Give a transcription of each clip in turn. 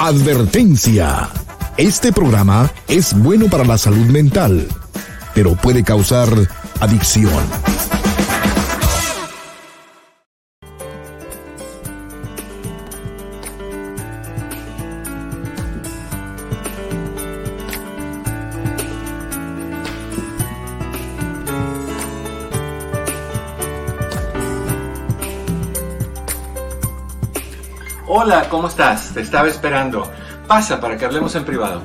Advertencia. Este programa es bueno para la salud mental, pero puede causar adicción. Hola, ¿cómo estás? Te estaba esperando. Pasa para que hablemos en privado.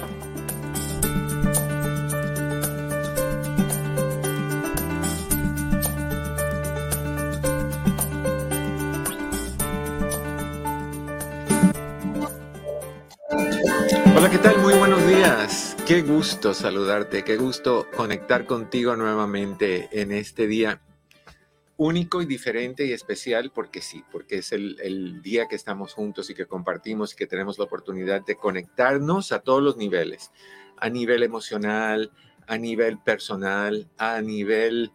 Hola, ¿qué tal? Muy buenos días. Qué gusto saludarte, qué gusto conectar contigo nuevamente en este día único y diferente y especial, porque sí, porque es el día que estamos juntos y que compartimos y que tenemos la oportunidad de conectarnos a todos los niveles, a nivel emocional, a nivel personal, a nivel,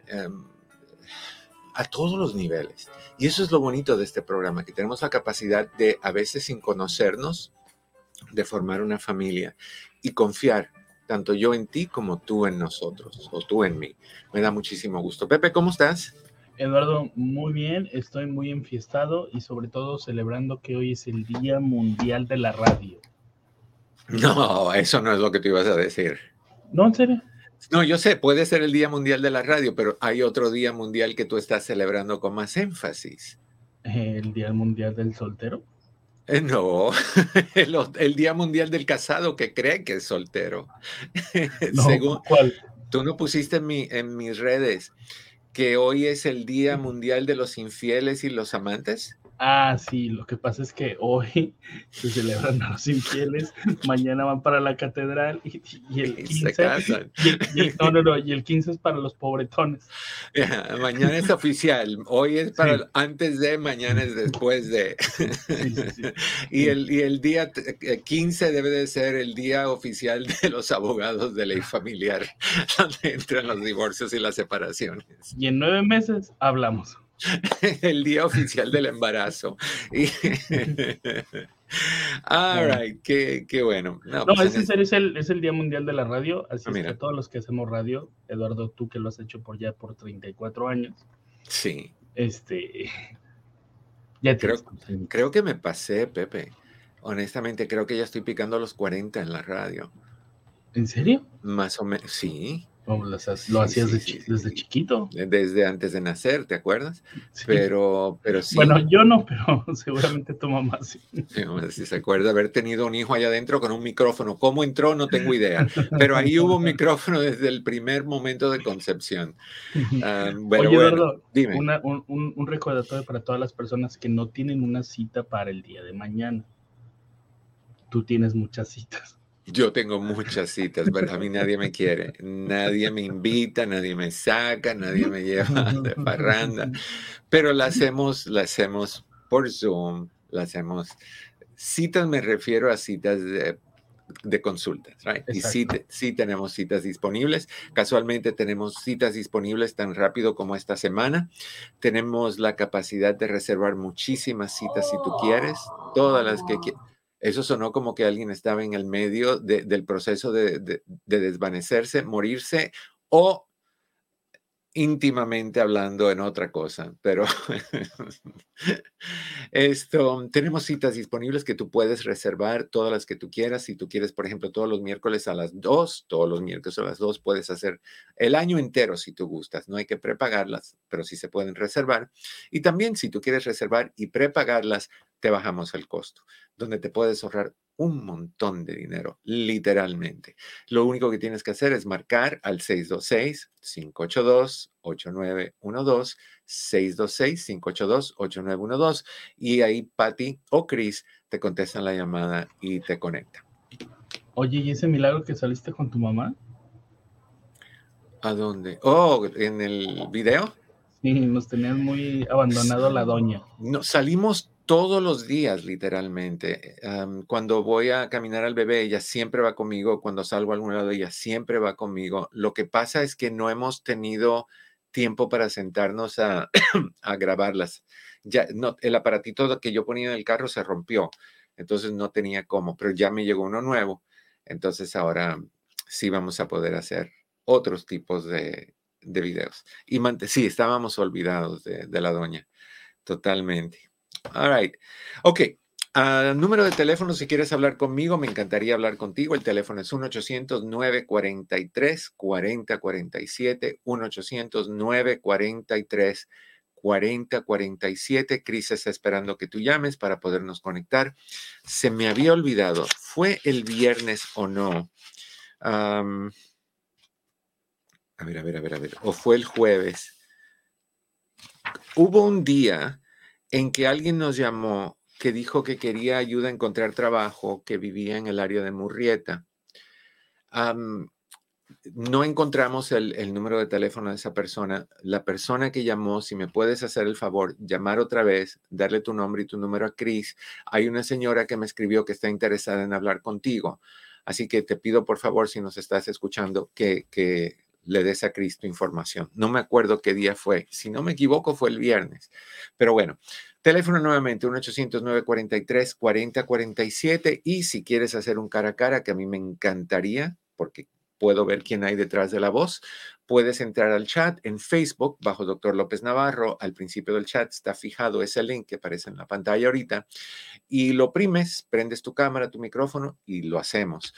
a todos los niveles. Y eso es lo bonito de este programa, que tenemos la capacidad de, a veces sin conocernos, de formar una familia y confiar, tanto yo en ti como tú en nosotros, o tú en mí. Me da muchísimo gusto. Pepe, ¿cómo estás? Eduardo, muy bien, estoy muy enfiestado y sobre todo celebrando que hoy es el Día Mundial de la Radio. No, eso no es lo que tú ibas a decir. ¿No, en serio? No, yo sé, puede ser el Día Mundial de la Radio, pero hay otro Día Mundial que tú estás celebrando con más énfasis. ¿El Día Mundial del Soltero? No, el Día Mundial del Casado que cree que es soltero. No, Según, ¿cuál? tú no pusiste en mis redes que hoy es el Día Mundial de los Infieles y los Amantes. Ah, sí, lo que pasa es que hoy se celebran a los infieles, mañana van para la catedral y el 15 se casan. Y el 15 es para los pobretones. Mañana es oficial, hoy es para antes de, mañana es después de. Sí. Y el día 15 debe de ser el día oficial de los abogados de ley familiar, donde entran los divorcios y las separaciones. Y en 9 meses hablamos. El día oficial del embarazo. All right, qué bueno. No, pues es el Día Mundial de la Radio, así es que todos los que hacemos radio, Eduardo, tú que lo has hecho por 34 años. Sí. Ya creo que me pasé, Pepe. Honestamente, creo que ya estoy picando los 40 en la radio. ¿En serio? Más o menos, sí. Lo hacías desde chiquito. Desde antes de nacer, ¿te acuerdas? Sí. Pero sí. Bueno, yo no, pero seguramente tu mamá sí. Si se acuerda haber tenido un hijo allá adentro con un micrófono. ¿Cómo entró? No tengo idea. Pero ahí hubo un micrófono desde el primer momento de concepción. Oye, Eduardo, dime. Un recordatorio para todas las personas que no tienen una cita para el día de mañana. Tú tienes muchas citas. Yo tengo muchas citas, pero a mí nadie me quiere, nadie me invita, nadie me saca, nadie me lleva de parranda, pero la hacemos por Zoom, citas, me refiero a citas de consultas, right? Y sí tenemos citas disponibles. Casualmente tenemos citas disponibles tan rápido como esta semana. Tenemos la capacidad de reservar muchísimas citas si tú quieres, todas las que quieras. Eso sonó como que alguien estaba en el medio del proceso de desvanecerse, morirse o íntimamente hablando en otra cosa, pero tenemos citas disponibles que tú puedes reservar todas las que tú quieras. Si tú quieres, por ejemplo, todos los miércoles a las 2, todos los miércoles a las 2 puedes hacer el año entero si tú gustas. No hay que prepagarlas, pero sí se pueden reservar. Y también si tú quieres reservar y prepagarlas, te bajamos el costo, donde te puedes ahorrar un montón de dinero, literalmente. Lo único que tienes que hacer es marcar al 626-582-8912, 626-582-8912, y ahí Patty o Chris te contestan la llamada y te conectan. Oye, ¿y ese milagro que saliste con tu mamá? ¿A dónde? Oh, ¿en el video? Sí, nos tenían muy abandonado la doña. No, salimos todos los días, literalmente. Cuando voy a caminar al bebé, ella siempre va conmigo. Cuando salgo a algún lado, ella siempre va conmigo. Lo que pasa es que no hemos tenido tiempo para sentarnos a grabarlas. Ya, no, el aparatito que yo ponía en el carro se rompió. entonces no tenía cómo, pero ya me llegó uno nuevo, entonces ahora sí vamos a poder hacer otros tipos de videos. Y sí, estábamos olvidados de la doña, totalmente. All right. Ok. Número de teléfono, si quieres hablar conmigo, me encantaría hablar contigo. El teléfono es 1-800-943-4047, 1-800-943-4047. Cris está esperando que tú llames para podernos conectar. Se me había olvidado, ¿fue el viernes o no? A ver, o fue el jueves. Hubo un día en que alguien nos llamó que dijo que quería ayuda a encontrar trabajo, que vivía en el área de Murrieta. No encontramos el número de teléfono de esa persona. La persona que llamó, si me puedes hacer el favor, llamar otra vez, darle tu nombre y tu número a Cris. Hay una señora que me escribió que está interesada en hablar contigo. Así que te pido, por favor, si nos estás escuchando, que le des a Cris tu información. No me acuerdo qué día fue. Si no me equivoco, fue el viernes. Pero bueno, teléfono nuevamente, 1-800-943-4047. Y si quieres hacer un cara a cara, que a mí me encantaría, porque puedo ver quién hay detrás de la voz, puedes entrar al chat en Facebook bajo Dr. López Navarro. Al principio del chat está fijado ese link que aparece en la pantalla ahorita. Y lo oprimes, prendes tu cámara, tu micrófono y lo hacemos.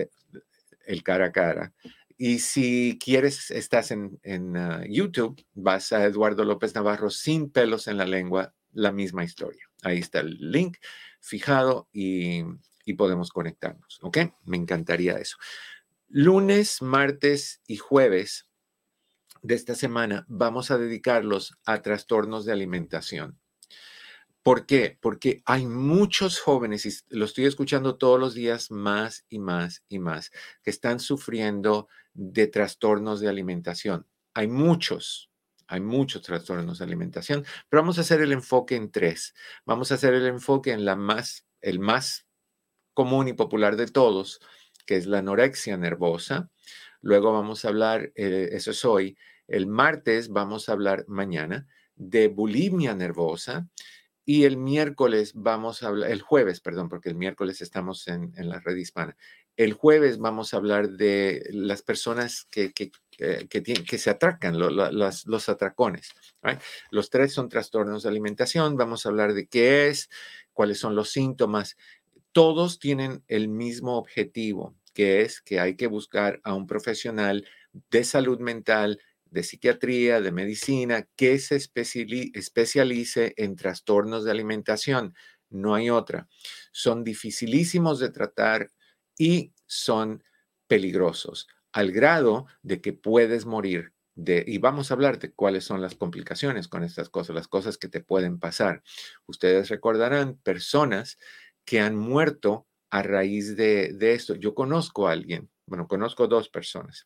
El cara a cara. Y si quieres, estás en YouTube, vas a Eduardo López Navarro sin pelos en la lengua, la misma historia. Ahí está el link fijado y podemos conectarnos, ¿ok? Me encantaría eso. Lunes, martes y jueves de esta semana vamos a dedicarlos a trastornos de alimentación. ¿Por qué? Porque hay muchos jóvenes, y lo estoy escuchando todos los días más y más y más, que están sufriendo de trastornos de alimentación. Hay muchos trastornos de alimentación, pero vamos a hacer el enfoque en 3. Vamos a hacer el enfoque en el más común y popular de todos, que es la anorexia nervosa. Luego vamos a hablar, eso es hoy. El martes vamos a hablar mañana de bulimia nervosa. Y el miércoles vamos a hablar, el jueves, perdón, porque el miércoles estamos en la red hispana. El jueves vamos a hablar de las personas que se atracan, los atracones. ¿Right? Los 3 son trastornos de alimentación. Vamos a hablar de qué es, cuáles son los síntomas. Todos tienen el mismo objetivo, que es que hay que buscar a un profesional de salud mental, de psiquiatría, de medicina, que se especialice en trastornos de alimentación. No hay otra. Son dificilísimos de tratar y son peligrosos, al grado de que puedes morir. Y vamos a hablar de cuáles son las complicaciones con estas cosas, las cosas que te pueden pasar. Ustedes recordarán personas que han muerto a raíz de esto. Yo conozco a alguien, bueno, conozco 2 personas.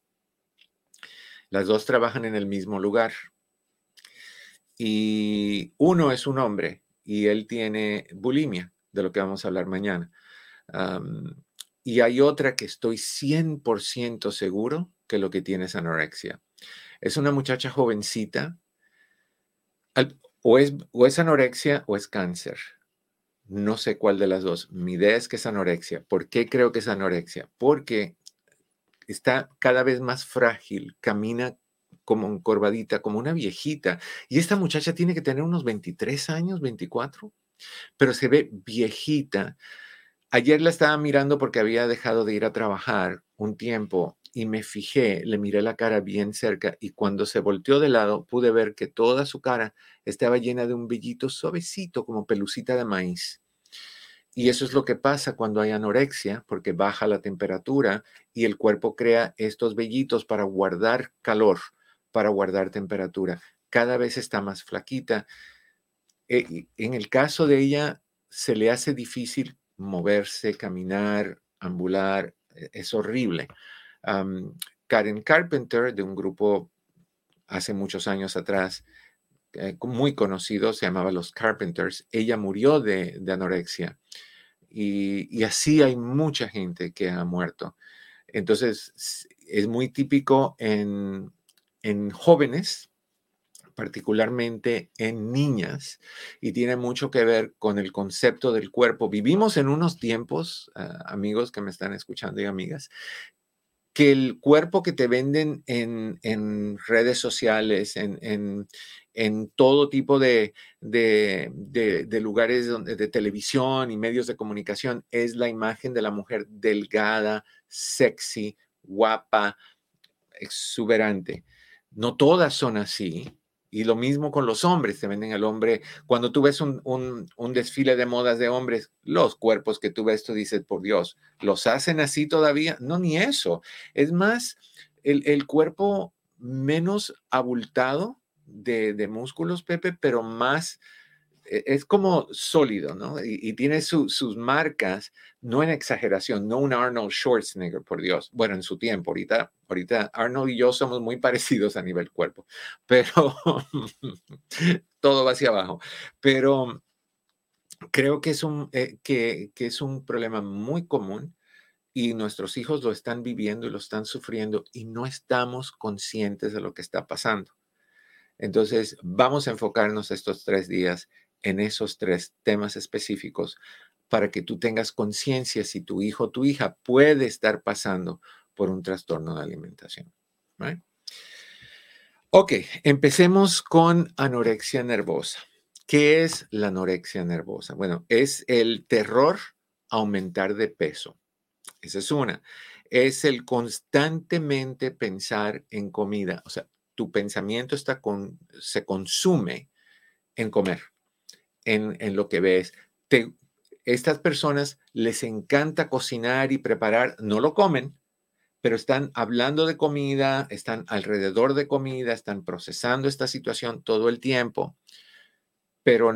Las 2 trabajan en el mismo lugar. Y uno es un hombre y él tiene bulimia, de lo que vamos a hablar mañana. Y hay otra que estoy 100% seguro que lo que tiene es anorexia. Es una muchacha jovencita, o es anorexia o es cáncer. No sé cuál de las 2. Mi idea es que es anorexia. ¿Por qué creo que es anorexia? Porque está cada vez más frágil, camina como encorvadita, como una viejita. Y esta muchacha tiene que tener unos 23 años, 24, pero se ve viejita. Ayer la estaba mirando porque había dejado de ir a trabajar un tiempo y me fijé, le miré la cara bien cerca y cuando se volteó de lado pude ver que toda su cara estaba llena de un vellito suavecito como pelucita de maíz. Y eso es lo que pasa cuando hay anorexia, porque baja la temperatura y el cuerpo crea estos vellitos para guardar calor, para guardar temperatura. Cada vez está más flaquita. En el caso de ella, se le hace difícil moverse, caminar, ambular. Es horrible. Karen Carpenter, de un grupo hace muchos años atrás, muy conocido, se llamaba Los Carpenters, ella murió de anorexia. Y así hay mucha gente que ha muerto. Entonces, es muy típico en jóvenes, particularmente en niñas, y tiene mucho que ver con el concepto del cuerpo. Vivimos en unos tiempos, amigos que me están escuchando y amigas, que el cuerpo que te venden en redes sociales, en todo tipo de lugares de televisión y medios de comunicación, es la imagen de la mujer delgada, sexy, guapa, exuberante. No todas son así. Y lo mismo con los hombres, te venden al hombre. Cuando tú ves un desfile de modas de hombres, los cuerpos que tú ves, tú dices, por Dios, ¿los hacen así todavía? No, ni eso. Es más, el cuerpo menos abultado de músculos, Pepe, pero más es como sólido, ¿no? Y tiene sus marcas, no en exageración, no un Arnold Schwarzenegger, por Dios. Bueno, en su tiempo, ahorita Arnold y yo somos muy parecidos a nivel cuerpo, pero todo va hacia abajo. Pero creo que que es un problema muy común y nuestros hijos lo están viviendo y lo están sufriendo y no estamos conscientes de lo que está pasando. Entonces, vamos a enfocarnos estos 3 días en esos 3 temas específicos para que tú tengas conciencia si tu hijo o tu hija puede estar pasando por un trastorno de alimentación. ¿Right? Ok, empecemos con anorexia nervosa. ¿Qué es la anorexia nervosa? Bueno, es el terror a aumentar de peso. Esa es una. Es el constantemente pensar en comida. O sea, tu pensamiento se consume en comer, en lo que ves. Estas personas les encanta cocinar y preparar, no lo comen, pero están hablando de comida, están alrededor de comida, están procesando esta situación todo el tiempo, pero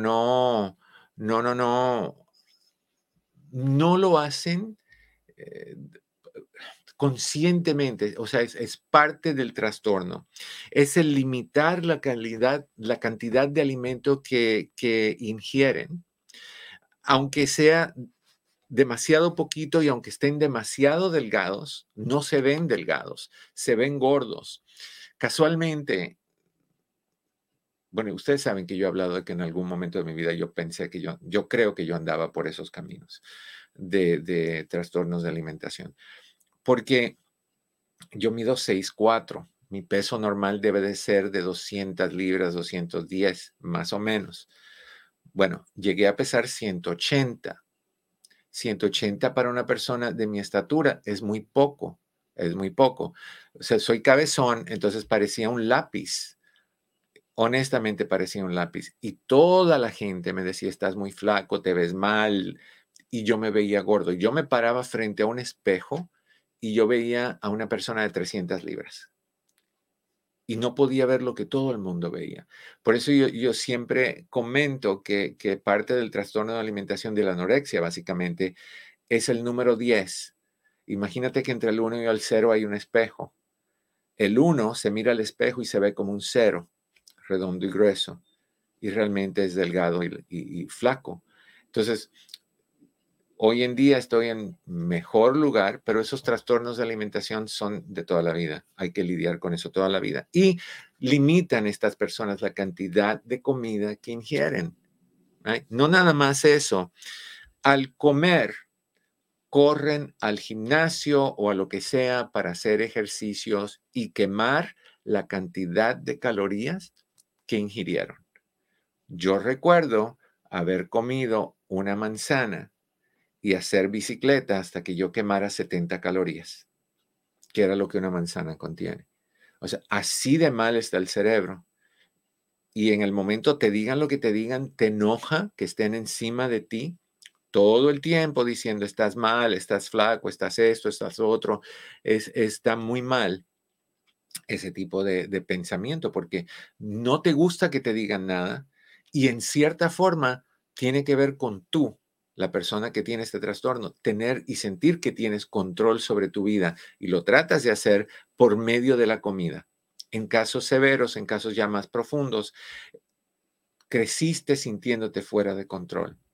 no lo hacen eh, conscientemente, o sea, es parte del trastorno. Es el limitar la cantidad de alimento que ingieren, aunque sea demasiado poquito y aunque estén demasiado delgados, no se ven delgados, se ven gordos. Casualmente, bueno, ustedes saben que yo he hablado de que en algún momento de mi vida yo pensé que yo creo que yo andaba por esos caminos de trastornos de alimentación, porque yo mido 6'4". Mi peso normal debe de ser de 200 libras, 210, más o menos. Bueno, llegué a pesar 180. 180 para una persona de mi estatura es muy poco, es muy poco. O sea, soy cabezón, entonces parecía un lápiz. Honestamente parecía un lápiz. Y toda la gente me decía, estás muy flaco, te ves mal. Y yo me veía gordo. Yo me paraba frente a un espejo y yo veía a una persona de 300 libras. Y no podía ver lo que todo el mundo veía. Por eso yo siempre comento que parte del trastorno de alimentación de la anorexia, básicamente, es el número 10. Imagínate que entre el 1 y el 0 hay un espejo. El 1 se mira al espejo y se ve como un 0, redondo y grueso, y realmente es delgado y flaco. Entonces, hoy en día estoy en mejor lugar, pero esos trastornos de alimentación son de toda la vida. Hay que lidiar con eso toda la vida. Y limitan estas personas la cantidad de comida que ingieren. ¿Right? No nada más eso. Al comer, corren al gimnasio o a lo que sea para hacer ejercicios y quemar la cantidad de calorías que ingirieron. Yo recuerdo haber comido una manzana y hacer bicicleta hasta que yo quemara 70 calorías, que era lo que una manzana contiene. O sea, así de mal está el cerebro. Y en el momento te digan lo que te digan, te enoja que estén encima de ti todo el tiempo diciendo, estás mal, estás flaco, estás esto, estás otro. Está muy mal ese tipo de pensamiento porque no te gusta que te digan nada y en cierta forma tiene que ver con tú, la persona que tiene este trastorno, tener y sentir que tienes control sobre tu vida y lo tratas de hacer por medio de la comida. En casos severos, en casos ya más profundos, creciste sintiéndote fuera de control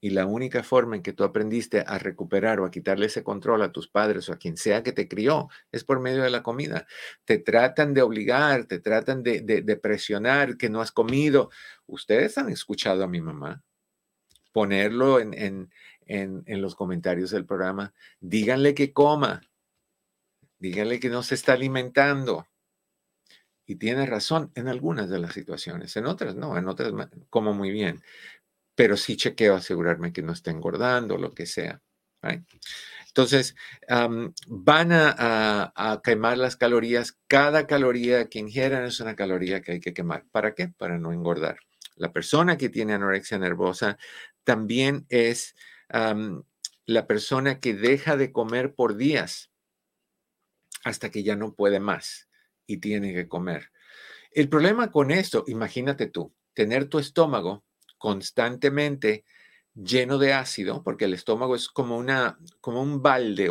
Y la única forma en que tú aprendiste a recuperar o a quitarle ese control a tus padres o a quien sea que te crió es por medio de la comida. Te tratan de obligar, te tratan de presionar que no has comido. Ustedes han escuchado a mi mamá ponerlo en los comentarios del programa. Díganle que coma. Díganle que no se está alimentando. Y tiene razón en algunas de las situaciones. En otras no, en otras como muy bien. Pero sí chequeo asegurarme que no esté engordando, lo que sea. Right? Entonces, van a quemar las calorías. Cada caloría que ingieran es una caloría que hay que quemar. ¿Para qué? Para no engordar. La persona que tiene anorexia nervosa también es la persona que deja de comer por días hasta que ya no puede más y tiene que comer. El problema con esto, imagínate tú, tener tu estómago constantemente lleno de ácido, porque el estómago es como un balde,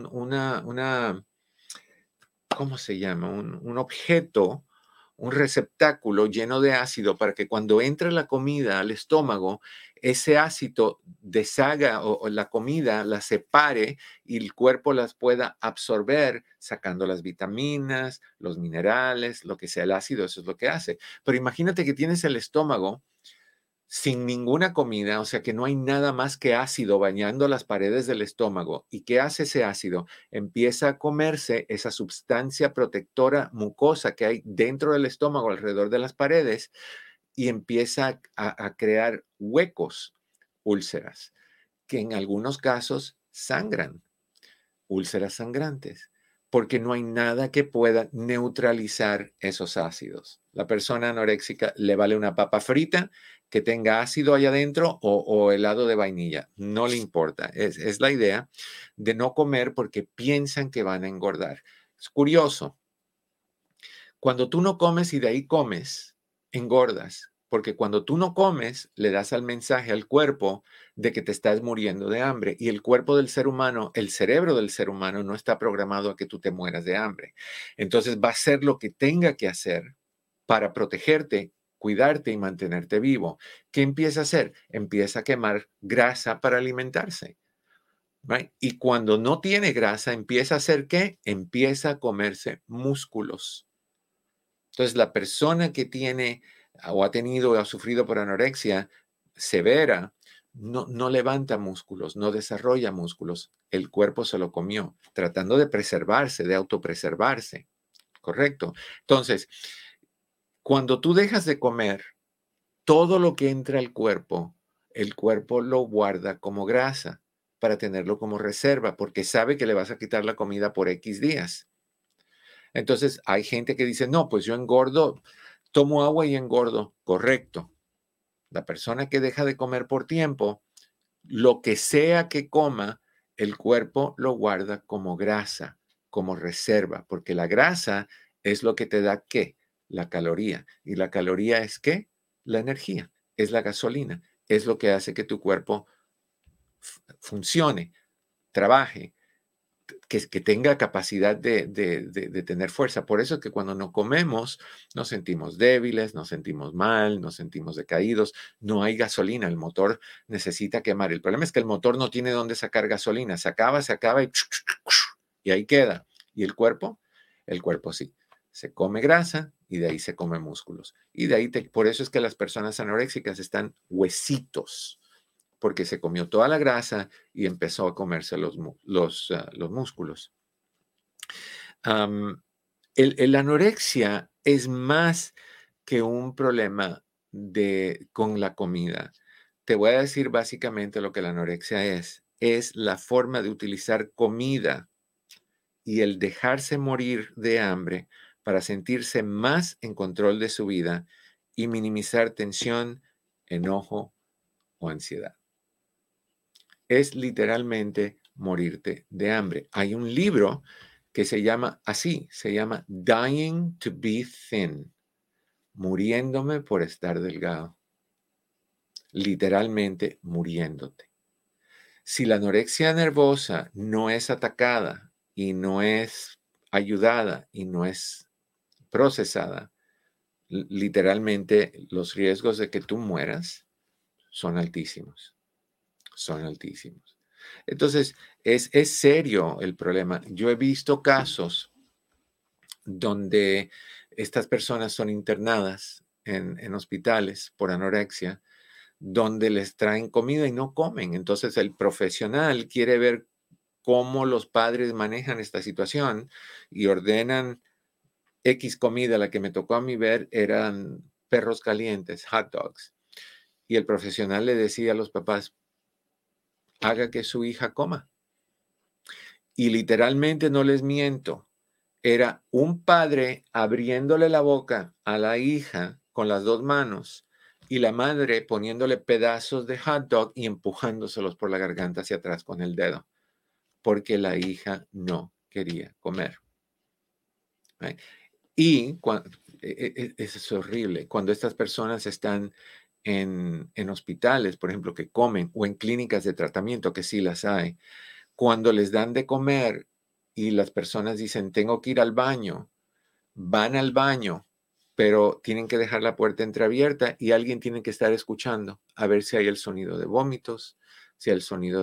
¿cómo se llama? Un objeto, un receptáculo lleno de ácido para que cuando entre la comida al estómago, ese ácido deshaga o la comida la separe y el cuerpo las pueda absorber, sacando las vitaminas, los minerales, lo que sea el ácido, eso es lo que hace. Pero imagínate que tienes el estómago sin ninguna comida, o sea que no hay nada más que ácido bañando las paredes del estómago. ¿Y qué hace ese ácido? Empieza a comerse esa sustancia protectora mucosa que hay dentro del estómago, alrededor de las paredes, y empieza a crear huecos, úlceras, que en algunos casos sangran, úlceras sangrantes, porque no hay nada que pueda neutralizar esos ácidos. La persona anoréxica le vale una papa frita que tenga ácido allá adentro o helado de vainilla. No le importa. Es la idea de no comer porque piensan que van a engordar. Es curioso. Cuando tú no comes y de ahí comes, engordas. Porque cuando tú no comes, le das al mensaje al cuerpo de que te estás muriendo de hambre. Y el cuerpo del ser humano, el cerebro del ser humano no está programado a que tú te mueras de hambre. Entonces va a hacer lo que tenga que hacer para protegerte, cuidarte y mantenerte vivo. ¿Qué empieza a hacer? Empieza a quemar grasa para alimentarse. Right? Y cuando no tiene grasa, empieza a hacer ¿qué? Empieza a comerse músculos. Entonces, la persona que tiene o ha tenido o ha sufrido por anorexia severa no levanta músculos, no desarrolla músculos. El cuerpo se lo comió, tratando de preservarse, de autopreservarse. ¿Correcto? Entonces, cuando tú dejas de comer, todo lo que entra al cuerpo, el cuerpo lo guarda como grasa para tenerlo como reserva, porque sabe que le vas a quitar la comida por X días. Entonces, hay gente que dice, no, pues yo engordo, tomo agua y engordo. Correcto. La persona que deja de comer por tiempo, lo que sea que coma, el cuerpo lo guarda como grasa, como reserva, porque la grasa es lo que te da ¿qué? La caloría. ¿Y la caloría es qué? La energía, es la gasolina, es lo que hace que tu cuerpo funcione, trabaje, que tenga capacidad de tener fuerza. Por eso es que cuando no comemos nos sentimos débiles, nos sentimos mal, nos sentimos decaídos. No hay gasolina, el motor necesita quemar. El problema es que el motor no tiene dónde sacar gasolina. Se acaba y ahí queda. ¿Y el cuerpo? El cuerpo sí. Se come grasa y de ahí se come músculos. Y de ahí, por eso es que las personas anoréxicas están huesitos, porque se comió toda la grasa y empezó a comerse los músculos. La anorexia es más que un problema con la comida. Te voy a decir básicamente lo que la anorexia es. Es la forma de utilizar comida y el dejarse morir de hambre para sentirse más en control de su vida y minimizar tensión, enojo o ansiedad. Es literalmente morirte de hambre. Hay un libro que se llama así, se llama Dying to be Thin, muriéndome por estar delgado. Literalmente muriéndote. Si la anorexia nervosa no es atacada y no es ayudada y no es procesada, literalmente los riesgos de que tú mueras son altísimos. son altísimos. Entonces, es serio el problema. Yo he visto casos donde estas personas son internadas en hospitales por anorexia, donde les traen comida y no comen. Entonces, el profesional quiere ver cómo los padres manejan esta situación y ordenan X comida. La que me tocó a mí ver eran perros calientes, hot dogs. Y el profesional le decía a los papás, haga que su hija coma. Y literalmente, no les miento, era un padre abriéndole la boca a la hija con las 2 manos y la madre poniéndole pedazos de hot dog y empujándoselos por la garganta hacia atrás con el dedo, porque la hija no quería comer. Right? Y eso es horrible. Cuando estas personas están en hospitales, por ejemplo, que comen, o en clínicas de tratamiento, que sí las hay, cuando les dan de comer y las personas dicen, tengo que ir al baño, van al baño, pero tienen que dejar la puerta entreabierta y alguien tiene que estar escuchando a ver si hay el sonido de vómitos, si hay el sonido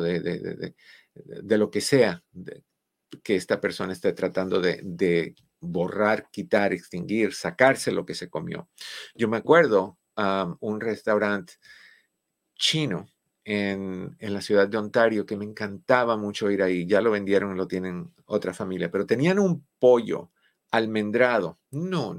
de lo que sea que esta persona esté tratando de borrar, quitar, extinguir, sacarse lo que se comió. Yo me acuerdo un restaurante chino en la ciudad de Ontario que me encantaba mucho ir ahí. Ya lo vendieron y lo tienen otra familia, pero tenían un pollo almendrado. No,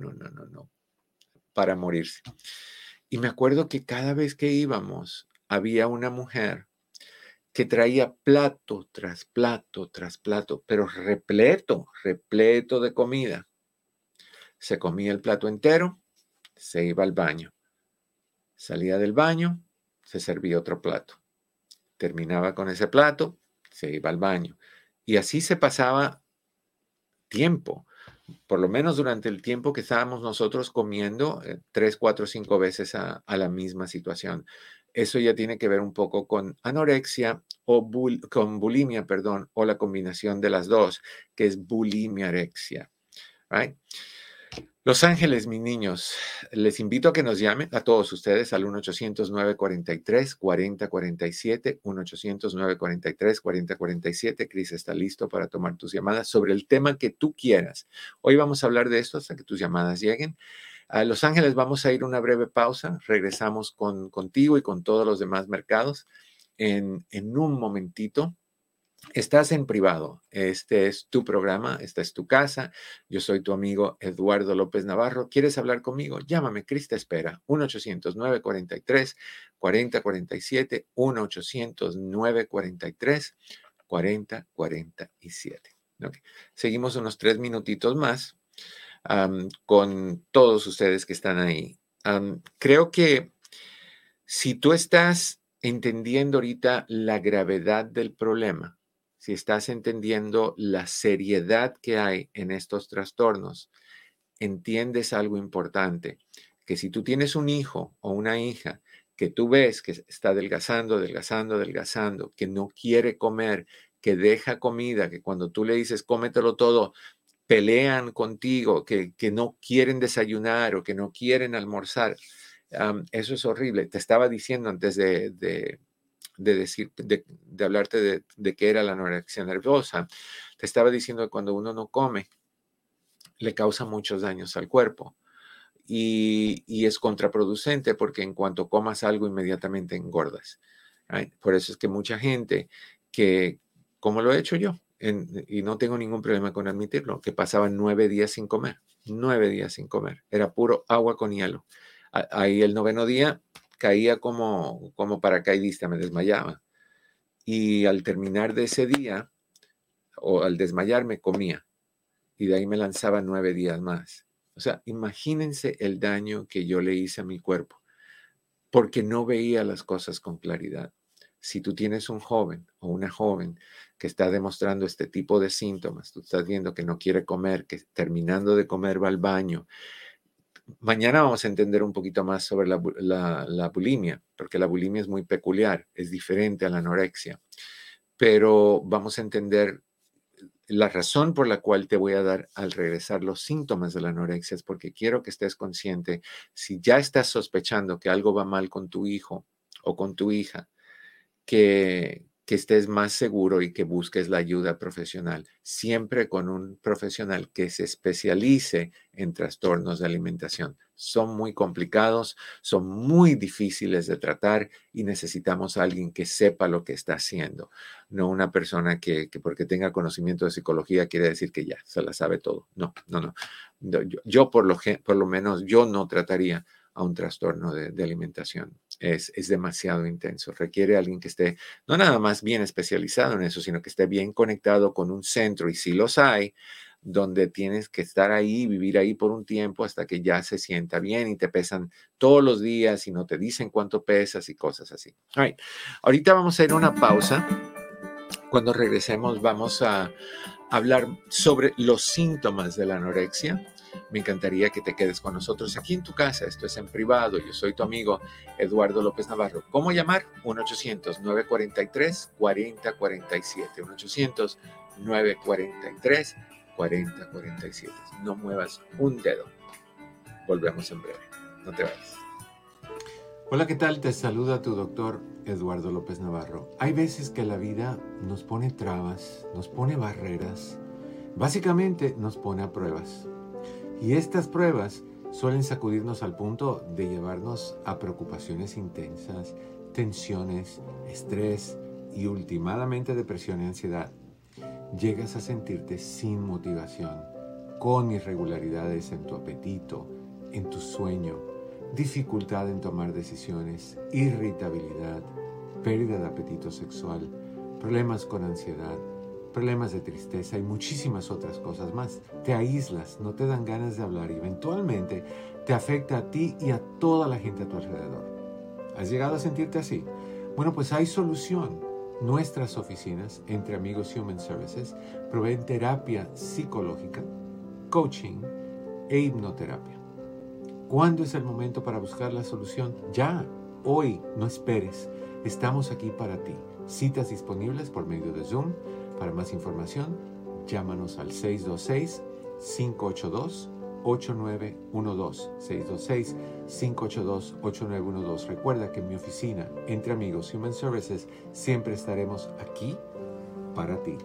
para morirse. Y me acuerdo que cada vez que íbamos, había una mujer que traía plato tras plato tras plato, pero repleto de comida. Se comía el plato entero, se iba al baño. Salía del baño, se servía otro plato. Terminaba con ese plato, se iba al baño. Y así se pasaba tiempo, por lo menos durante el tiempo que estábamos nosotros comiendo 3, 4, 5 veces a la misma situación. Eso ya tiene que ver un poco con anorexia o con bulimia, perdón, o la combinación de las dos, que es bulimia-arexia. Right? Los Ángeles, mis niños, les invito a que nos llamen a todos ustedes al 1-800-943-4047, 1-800-943-4047. Cris está listo para tomar tus llamadas sobre el tema que tú quieras. Hoy vamos a hablar de esto hasta que tus llamadas lleguen. A Los Ángeles vamos a ir a una breve pausa. Regresamos contigo y con todos los demás mercados en un momentito. Estás en privado. Este es tu programa, esta es tu casa. Yo soy tu amigo Eduardo López Navarro. ¿Quieres hablar conmigo? Llámame, Cris te espera. 1-800-943-4047, 1-800-943-4047. Okay. Seguimos unos 3 minutitos más con todos ustedes que están ahí. Creo que si tú estás entendiendo ahorita la gravedad del problema, si estás entendiendo la seriedad que hay en estos trastornos, entiendes algo importante, que si tú tienes un hijo o una hija que tú ves que está adelgazando, que no quiere comer, que deja comida, que cuando tú le dices cómetelo todo, pelean contigo, que no quieren desayunar o que no quieren almorzar, eso es horrible. Te estaba diciendo antes de hablarte de qué era la anorexia nerviosa. Te estaba diciendo que cuando uno no come, le causa muchos daños al cuerpo y es contraproducente porque en cuanto comas algo, inmediatamente engordas. Right? Por eso es que mucha gente que, como lo he hecho yo, y no tengo ningún problema con admitirlo, que pasaban 9 días sin comer, 9 días sin comer. Era puro agua con hielo. Ahí el 9º día caía como paracaidista, me desmayaba. Y al terminar de ese día, o al desmayarme, comía. Y de ahí me lanzaba 9 días más. O sea, imagínense el daño que yo le hice a mi cuerpo, porque no veía las cosas con claridad. Si tú tienes un joven o una joven que está demostrando este tipo de síntomas, tú estás viendo que no quiere comer, que terminando de comer va al baño. Mañana vamos a entender un poquito más sobre la bulimia, porque la bulimia es muy peculiar, es diferente a la anorexia. Pero vamos a entender la razón por la cual te voy a dar al regresar los síntomas de la anorexia es porque quiero que estés consciente, si ya estás sospechando que algo va mal con tu hijo o con tu hija, que estés más seguro y que busques la ayuda profesional, siempre con un profesional que se especialice en trastornos de alimentación. Son muy complicados, son muy difíciles de tratar y necesitamos a alguien que sepa lo que está haciendo, no una persona que porque tenga conocimiento de psicología quiere decir que ya se la sabe todo. No, no, no. Yo por lo menos yo no trataría a un trastorno de alimentación. Es demasiado intenso. Requiere alguien que esté no nada más bien especializado en eso, sino que esté bien conectado con un centro, y sí los hay, donde tienes que estar ahí, vivir ahí por un tiempo hasta que ya se sienta bien y te pesan todos los días y no te dicen cuánto pesas y cosas así. All right. Ahorita vamos a ir a una pausa. Cuando regresemos vamos a hablar sobre los síntomas de la anorexia. Me encantaría que te quedes con nosotros aquí en tu casa. Esto es En Privado. Yo soy tu amigo Eduardo López Navarro. ¿Cómo llamar? 1-800-943-4047. 1-800-943-4047. No muevas un dedo. Volvemos en breve. No te vayas. Hola, ¿qué tal? Te saluda tu doctor Eduardo López Navarro. Hay veces que la vida nos pone trabas, nos pone barreras, básicamente nos pone a pruebas. Y estas pruebas suelen sacudirnos al punto de llevarnos a preocupaciones intensas, tensiones, estrés y últimamente depresión y ansiedad. Llegas a sentirte sin motivación, con irregularidades en tu apetito, en tu sueño, dificultad en tomar decisiones, irritabilidad, pérdida de apetito sexual, problemas con ansiedad, problemas de tristeza y muchísimas otras cosas más. Te aíslas, no te dan ganas de hablar y eventualmente te afecta a ti y a toda la gente a tu alrededor. ¿Has llegado a sentirte así? Bueno, pues hay solución. Nuestras oficinas, Entre Amigos Human Services, proveen terapia psicológica, coaching e hipnoterapia. ¿Cuándo es el momento para buscar la solución? Ya, hoy, no esperes. Estamos aquí para ti. Citas disponibles por medio de Zoom. Para más información, llámanos al 626-582-8912. 626-582-8912. Recuerda que en mi oficina, Entre Amigos Human Services, siempre estaremos aquí para ti.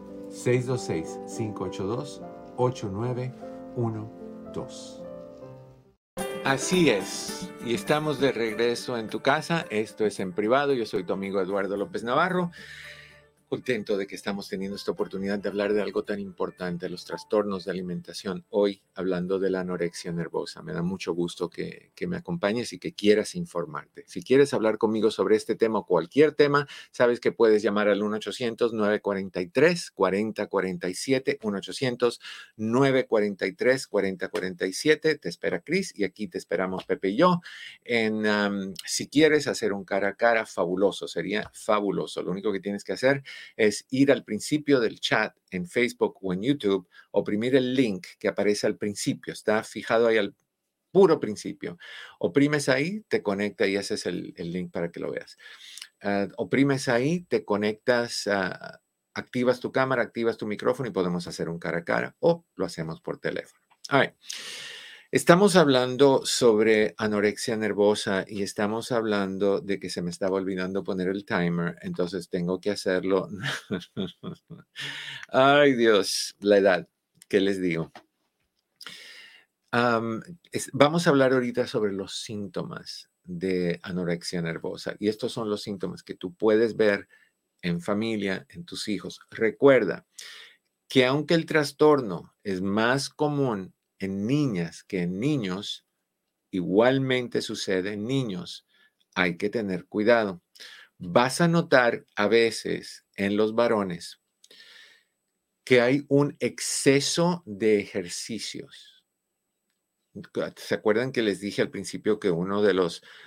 626-582-8912. Así es, y estamos de regreso en tu casa. Esto es En Privado. Yo soy tu amigo Eduardo López Navarro. Contento de que estamos teniendo esta oportunidad de hablar de algo tan importante, los trastornos de alimentación. Hoy hablando de la anorexia nervosa. Me da mucho gusto que me acompañes y que quieras informarte. Si quieres hablar conmigo sobre este tema o cualquier tema, sabes que puedes llamar al 1-800-943-4047, 1-800-943-4047. Te espera Cris y aquí te esperamos Pepe y yo. Si quieres hacer un cara a cara, fabuloso, sería fabuloso. Lo único que tienes que hacer es ir al principio del chat en Facebook o en YouTube, oprimir el link que aparece al principio, está fijado ahí al puro principio. Oprimes ahí, te conecta y ese es el link para que lo veas. Oprimes ahí, te conectas, activas tu cámara, activas tu micrófono y podemos hacer un cara a cara o lo hacemos por teléfono. All right. Estamos hablando sobre anorexia nervosa y estamos hablando de que se me estaba olvidando poner el timer, entonces tengo que hacerlo. Ay, Dios, la edad, ¿qué les digo? Vamos a hablar ahorita sobre los síntomas de anorexia nervosa y estos son los síntomas que tú puedes ver en familia, en tus hijos. Recuerda que aunque el trastorno es más común en niñas que en niños, igualmente sucede en niños. Hay que tener cuidado. Vas a notar a veces en los varones que hay un exceso de ejercicios. ¿Se acuerdan que les dije al principio que uno de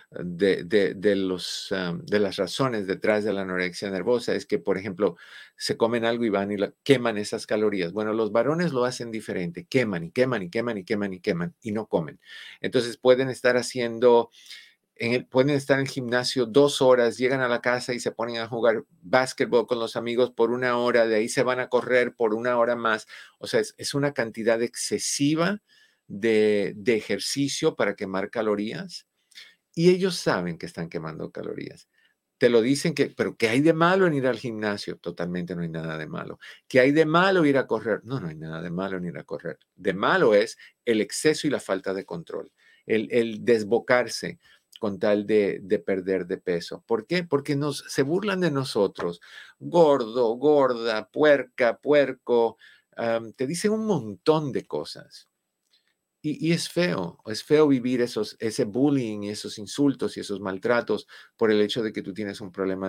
las razones detrás de la anorexia nervosa es que, por ejemplo, se comen algo y van y queman esas calorías? Bueno, los varones lo hacen diferente, queman y queman y queman y queman y queman y no comen. Entonces pueden estar pueden estar en el gimnasio 2 horas, llegan a la casa y se ponen a jugar básquetbol con los amigos por 1 hora, de ahí se van a correr por 1 hora más. O sea, es una cantidad excesiva de ejercicio para quemar calorías y ellos saben que están quemando calorías, te lo dicen pero ¿qué hay de malo en ir al gimnasio? Totalmente no hay nada de malo. ¿Qué hay de malo ir a correr? No, no hay nada de malo en ir a correr. De malo es el exceso y la falta de control, el desbocarse con tal de perder de peso. ¿Por qué? Porque se burlan de nosotros. Gordo, gorda, puerca, puerco. Te dicen un montón de cosas. Y es feo vivir ese bullying y esos insultos y esos maltratos por el hecho de que tú tienes un problema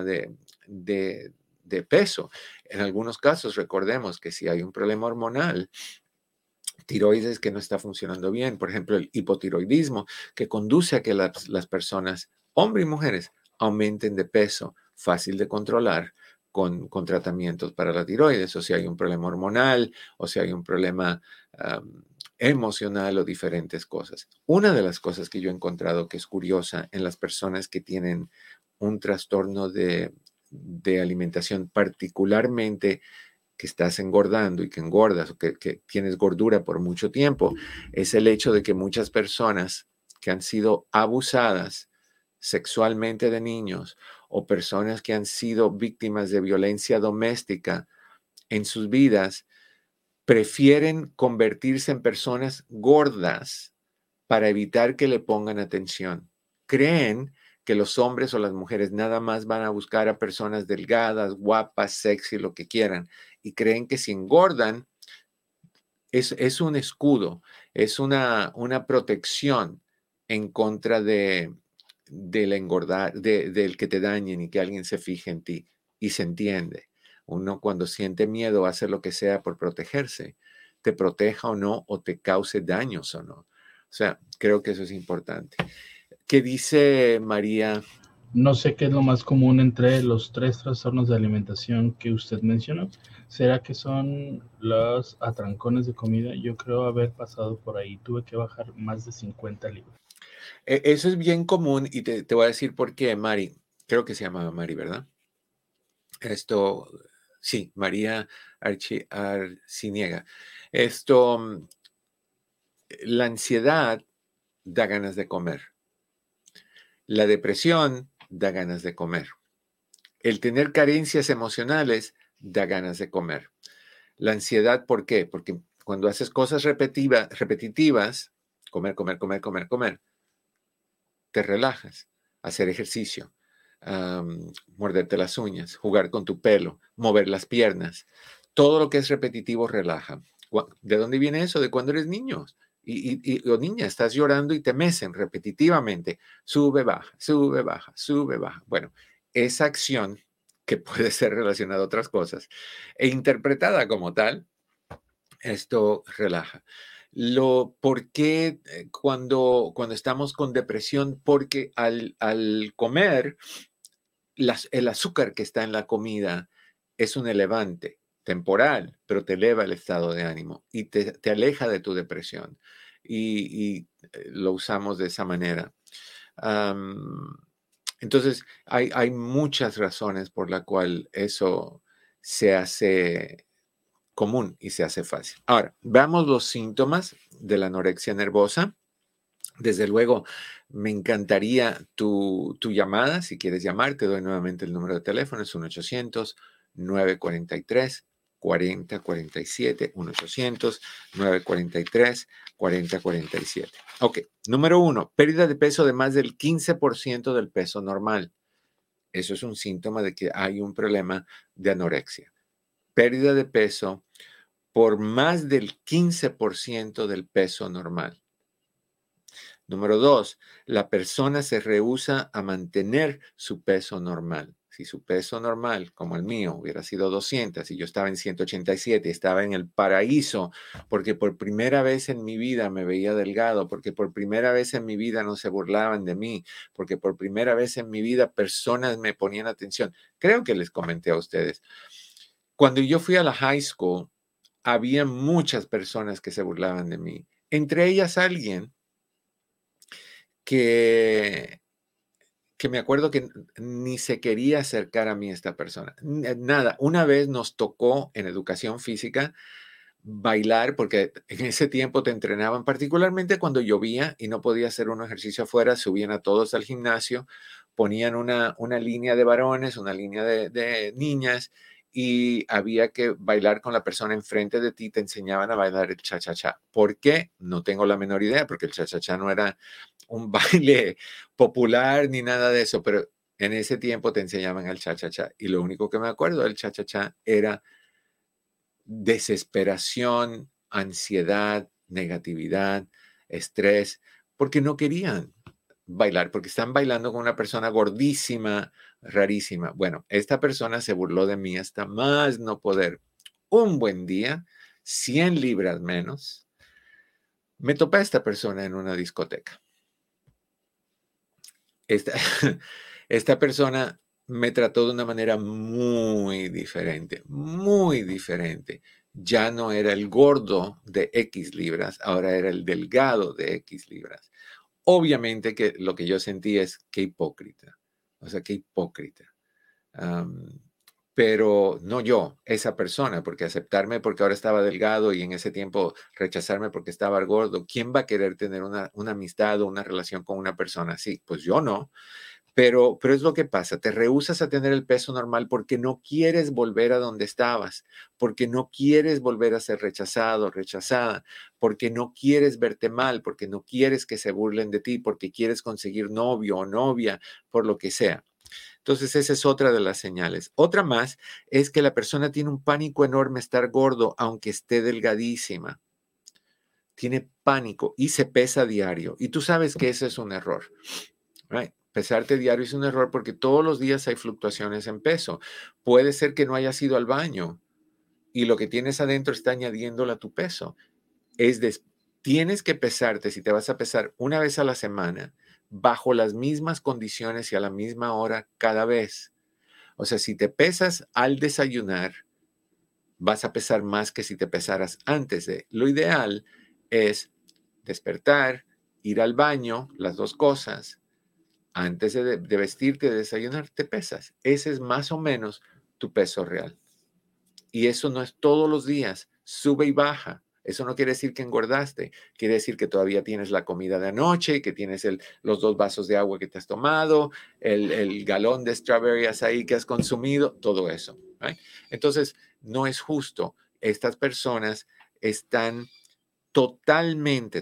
de peso. En algunos casos, recordemos que si hay un problema hormonal, tiroides que no está funcionando bien, por ejemplo, el hipotiroidismo, que conduce a que las personas, hombres y mujeres, aumenten de peso, fácil de controlar con tratamientos para la tiroides, o si hay un problema hormonal, o si hay un problema emocional o diferentes cosas. Una de las cosas que yo he encontrado que es curiosa en las personas que tienen un trastorno de alimentación, particularmente que estás engordando y que engordas o que tienes gordura por mucho tiempo, es el hecho de que muchas personas que han sido abusadas sexualmente de niños o personas que han sido víctimas de violencia doméstica en sus vidas, prefieren convertirse en personas gordas para evitar que le pongan atención. Creen que los hombres o las mujeres nada más van a buscar a personas delgadas, guapas, sexy, lo que quieran, y creen que si engordan es un escudo, es una protección en contra del engordar, del que te dañen y que alguien se fije en ti. Y se entiende. Uno cuando siente miedo hace lo que sea por protegerse, te proteja o no, o te cause daños o no. O sea, creo que eso es importante. ¿Qué dice María? No sé qué es lo más común entre los 3 trastornos de alimentación que usted mencionó. ¿Será que son los atrancones de comida? Yo creo haber pasado por ahí. Tuve que bajar más de 50 libras. Eso es bien común y te voy a decir por qué, Mari. Creo que se llamaba Mari, ¿verdad? Sí, María Arciniega. La ansiedad da ganas de comer. La depresión da ganas de comer. El tener carencias emocionales da ganas de comer. La ansiedad, ¿por qué? Porque cuando haces cosas repetitivas, comer, comer, comer, comer, comer, te relajas. Hacer ejercicio, morderte las uñas, jugar con tu pelo, mover las piernas. Todo lo que es repetitivo relaja. ¿De dónde viene eso? De cuando eres niño. O niña, estás llorando y te mecen repetitivamente. Sube, baja, sube, baja, sube, baja. Bueno, esa acción que puede ser relacionada a otras cosas e interpretada como tal, esto relaja. ¿Por qué cuando estamos con depresión? Porque al comer, el azúcar que está en la comida es un elevante temporal, pero te eleva el estado de ánimo y te aleja de tu depresión. Y lo usamos de esa manera. Entonces, hay muchas razones por la cual eso se hace común y se hace fácil. Ahora, veamos los síntomas de la anorexia nervosa. Desde luego, me encantaría tu llamada. Si quieres llamar, te doy nuevamente el número de teléfono. Es 1-800-943-4047. 1-800-943-4047. Ok, número 1, pérdida de peso de más del 15% del peso normal. Eso es un síntoma de que hay un problema de anorexia. Pérdida de peso por más del 15% del peso normal. Número 2, la persona se rehúsa a mantener su peso normal. Si su peso normal, como el mío, hubiera sido 200 y yo estaba en 187, estaba en el paraíso, porque por primera vez en mi vida me veía delgado, porque por primera vez en mi vida no se burlaban de mí, porque por primera vez en mi vida personas me ponían atención. Creo que les comenté a ustedes. Cuando yo fui a la high school, había muchas personas que se burlaban de mí, entre ellas alguien que me acuerdo que ni se quería acercar a mí esta persona. Nada, una vez nos tocó en educación física bailar, porque en ese tiempo te entrenaban, particularmente cuando llovía y no podía hacer un ejercicio afuera, subían a todos al gimnasio, ponían una línea de varones, una línea de niñas, y había que bailar con la persona enfrente de ti, te enseñaban a bailar el cha-cha-cha. ¿Por qué? No tengo la menor idea, porque el cha-cha-cha no era un baile popular ni nada de eso, pero en ese tiempo te enseñaban el cha-cha-cha. Y lo único que me acuerdo del cha-cha-cha era desesperación, ansiedad, negatividad, estrés, porque no querían bailar, porque están bailando con una persona gordísima, rarísima. Bueno, esta persona se burló de mí hasta más no poder. Un buen día, 100 libras menos, me topé a esta persona en una discoteca. Esta, esta persona me trató de una manera muy diferente, muy diferente. Ya no era el gordo de X libras, ahora era el delgado de X libras. Obviamente que lo que yo sentí es qué hipócrita, o sea, qué hipócrita. Pero no yo, esa persona, porque aceptarme porque ahora estaba delgado y en ese tiempo rechazarme porque estaba gordo, ¿quién va a querer tener una amistad o una relación con una persona así? Pues yo no. Pero es lo que pasa, te rehusas a tener el peso normal porque no quieres volver a donde estabas, porque no quieres volver a ser rechazado, rechazada, porque no quieres verte mal, porque no quieres que se burlen de ti, porque quieres conseguir novio o novia, por lo que sea. Entonces, esa es otra de las señales. Otra más es que la persona tiene un pánico enorme estar gordo, aunque esté delgadísima. Tiene pánico y se pesa diario. Y tú sabes que ese es un error. Right? Pesarte diario es un error porque todos los días hay fluctuaciones en peso. Puede ser que no hayas ido al baño y lo que tienes adentro está añadiéndole a tu peso. Tienes que pesarte, si te vas a pesar una vez a la semana, bajo las mismas condiciones y a la misma hora cada vez. O sea, si te pesas al desayunar, vas a pesar más que si te pesaras antes de. Lo ideal es despertar, ir al baño, las dos cosas. Antes de vestirte, de desayunar, te pesas. Ese es más o menos tu peso real. Y eso no es todos los días, sube y baja. Eso no quiere decir que engordaste, quiere decir que todavía tienes la comida de anoche, que tienes los 2 vasos de agua que te has tomado, el galón de strawberry açaí que has consumido, todo eso. ¿Right? Entonces, no es justo. Estas personas están totalmente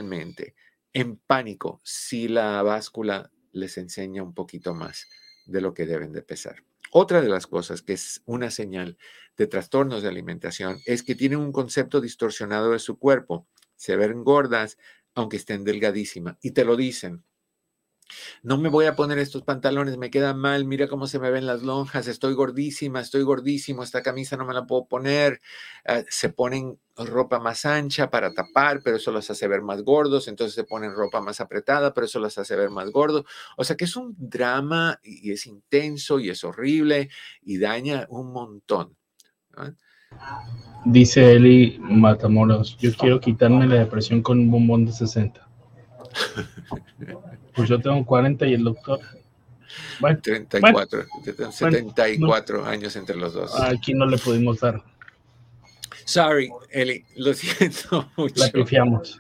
en pánico si la báscula les enseña un poquito más de lo que deben de pesar. Otra de las cosas que es una señal de trastornos de alimentación es que tienen un concepto distorsionado de su cuerpo. Se ven gordas aunque estén delgadísimas y te lo dicen. No me voy a poner estos pantalones, me quedan mal, mira cómo se me ven las lonjas, estoy gordísima, estoy gordísimo, esta camisa no me la puedo poner. Se ponen ropa más ancha para tapar, pero eso los hace ver más gordos, entonces se ponen ropa más apretada, pero eso los hace ver más gordos. O sea que es un drama y es intenso y es horrible y daña un montón. ¿No? Dice Eli Matamoros, yo quiero quitarme la depresión con un bombón de 60. Pues yo tengo 40 y el doctor. Bueno, 34, 74 años entre los dos. Aquí no le pudimos dar. Sorry, Eli, lo siento mucho. La pifiamos.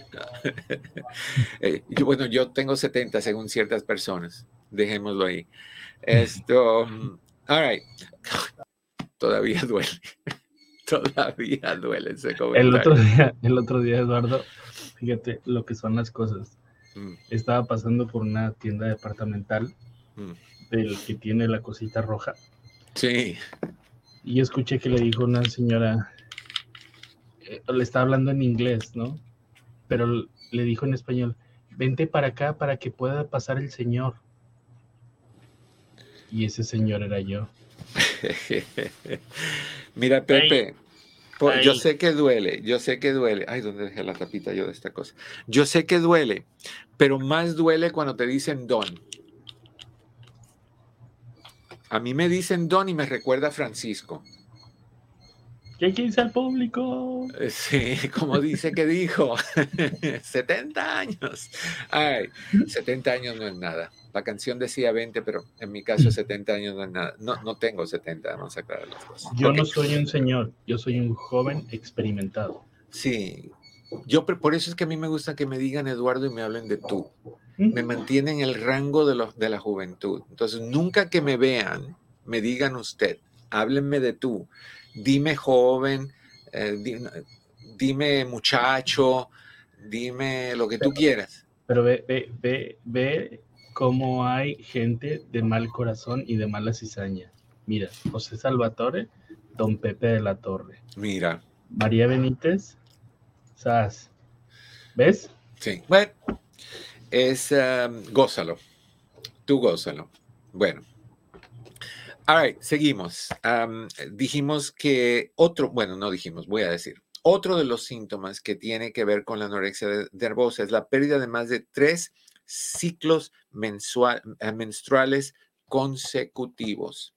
Bueno, yo tengo 70 según ciertas personas. Dejémoslo ahí. All right. Todavía duele. Todavía duele ese comentario. El otro día, Eduardo, fíjate lo que son las cosas. Estaba pasando por una tienda departamental del que tiene la cosita roja. Sí. Y escuché que le dijo una señora, le estaba hablando en inglés, ¿no? Pero le dijo en español, vente para acá para que pueda pasar el señor. Y ese señor era yo. Mira, Pepe, yo sé que duele. Ay, ¿dónde dejé la tapita yo de esta cosa? Yo sé que duele, pero más duele cuando te dicen don. A mí me dicen don y me recuerda a Francisco. ¿Qué dice el público? Sí, como dice que dijo, 70 años. Ay, 70 años no es nada. La canción decía 20, pero en mi caso 70 años no es nada. No, no tengo 70, vamos a aclarar las cosas. Yo Ok, no soy un señor, yo soy un joven experimentado. sí. Por eso es que a mí me gusta que me digan Eduardo y me hablen de tú. Me ¿Mm? mantienen en el rango de la juventud. Entonces, nunca que me vean, me digan usted, háblenme de tú. Dime joven, dime muchacho, dime lo que tú quieras. Pero ve cómo hay gente de mal corazón y de mala cizaña. Mira, José Salvatore, Don Pepe de la Torre, Mira, María Benítez, Sas. ¿Ves? sí. Bueno, gózalo. Tú gózalo. Bueno. All right, seguimos. Dijimos que bueno, no dijimos, voy a decir. Otro de los síntomas que tiene que ver con la anorexia nervosa es la pérdida de más de 3 ciclos menstruales consecutivos.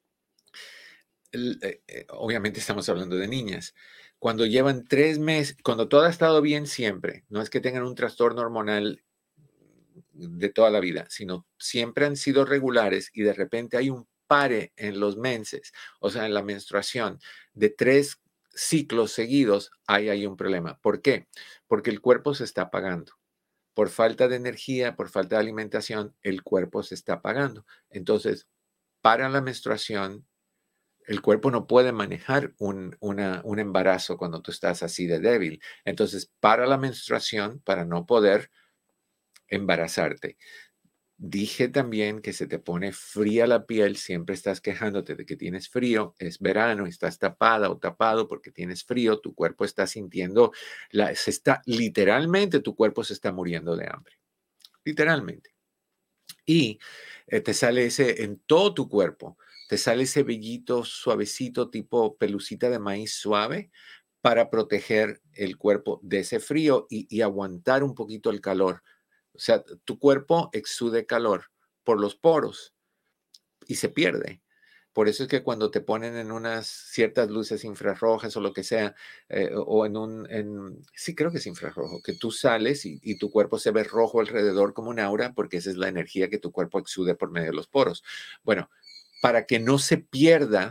Obviamente estamos hablando de niñas. Cuando llevan 3 meses, cuando todo ha estado bien siempre, no es que tengan un trastorno hormonal de toda la vida, sino siempre han sido regulares y de repente hay un pare en los menses, o sea, en la menstruación de 3 ciclos seguidos, ahí hay un problema. ¿Por qué? Porque el cuerpo se está apagando. Por falta de energía, por falta de alimentación, el cuerpo se está apagando. Entonces, para la menstruación, el cuerpo no puede manejar un embarazo cuando tú estás así de débil. Entonces, para la menstruación, para no poder embarazarte. Dije también que se te pone fría la piel, siempre estás quejándote de que tienes frío, es verano, estás tapada o tapado porque tienes frío, tu cuerpo está sintiendo, literalmente tu cuerpo se está muriendo de hambre, literalmente. Y te sale en todo tu cuerpo, te sale ese vellito suavecito tipo pelucita de maíz suave para proteger el cuerpo de ese frío y aguantar un poquito el calor. O sea, tu cuerpo exude calor por los poros y se pierde. Por eso es que cuando te ponen en unas ciertas luces infrarrojas o lo que sea, o sí creo que es infrarrojo, que tú sales y tu cuerpo se ve rojo alrededor como un aura, porque esa es la energía que tu cuerpo exude por medio de los poros. Bueno, para que no se pierda,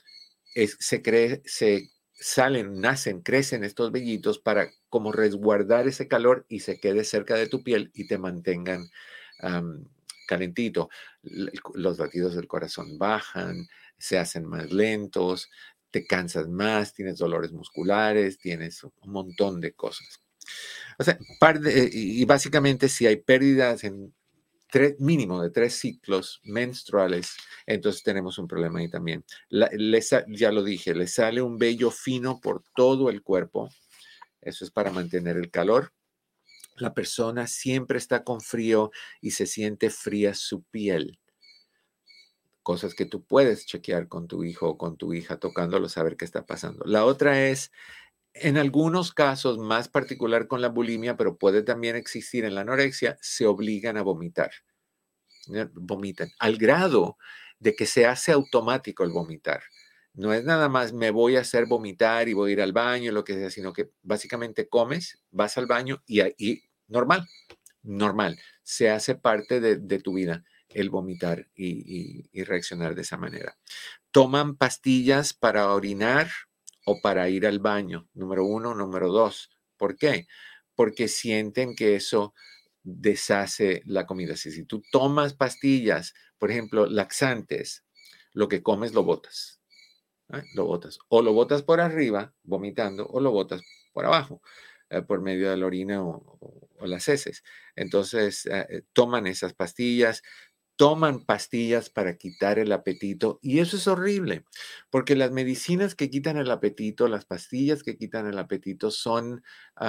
se salen, nacen, crecen estos vellitos para como resguardar ese calor y se quede cerca de tu piel y te mantengan calentito. Los latidos del corazón bajan, se hacen más lentos, te cansas más, tienes dolores musculares, tienes un montón de cosas. O sea, y básicamente si hay pérdidas en mínimo de 3 ciclos menstruales, entonces tenemos un problema ahí también. Ya lo dije, le sale un vello fino por todo el cuerpo. Eso es para mantener el calor. La persona siempre está con frío y se siente fría su piel. Cosas que tú puedes chequear con tu hijo o con tu hija tocándolo, saber qué está pasando. La otra es, en algunos casos, más particular con la bulimia, pero puede también existir en la anorexia, se obligan a vomitar. Vomitan, al grado de que se hace automático el vomitar. No es nada más me voy a hacer vomitar y voy a ir al baño, lo que sea, sino que básicamente comes, vas al baño y normal, normal, se hace parte de tu vida el vomitar y reaccionar de esa manera. Toman pastillas para orinar o para ir al baño, número 1, número 2. ¿Por qué? Porque sienten que eso deshace la comida. Si tú tomas pastillas, por ejemplo, laxantes, lo que comes lo botas. Lo botas. O lo botas por arriba, vomitando, o lo botas por abajo, por medio de la orina o las heces. Entonces, toman esas pastillas, toman pastillas para quitar el apetito y eso es horrible, porque las medicinas que quitan el apetito, las pastillas que quitan el apetito son,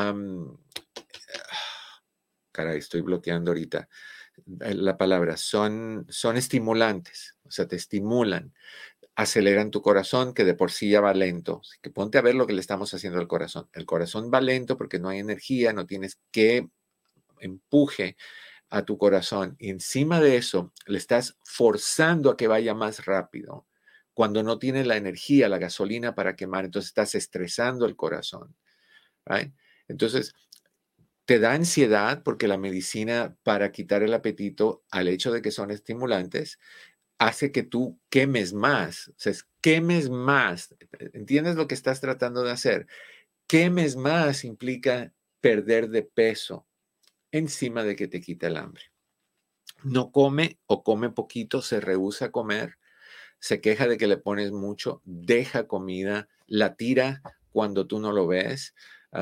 caray, estoy bloqueando ahorita la palabra, son estimulantes, o sea, te estimulan, aceleran tu corazón, que de por sí ya va lento. Así que ponte a ver lo que le estamos haciendo al corazón. El corazón va lento porque no hay energía, no tienes que empuje a tu corazón. Y encima de eso, le estás forzando a que vaya más rápido cuando no tiene la energía, la gasolina para quemar, entonces estás estresando el corazón. Right? Entonces, te da ansiedad porque la medicina para quitar el apetito, al hecho de que son estimulantes, hace que tú quemes más. O sea, quemes más. ¿Entiendes lo que estás tratando de hacer? Quemes más implica perder de peso encima de que te quita el hambre. No come o come poquito, se rehúsa a comer, se queja de que le pones mucho, deja comida, la tira cuando tú no lo ves.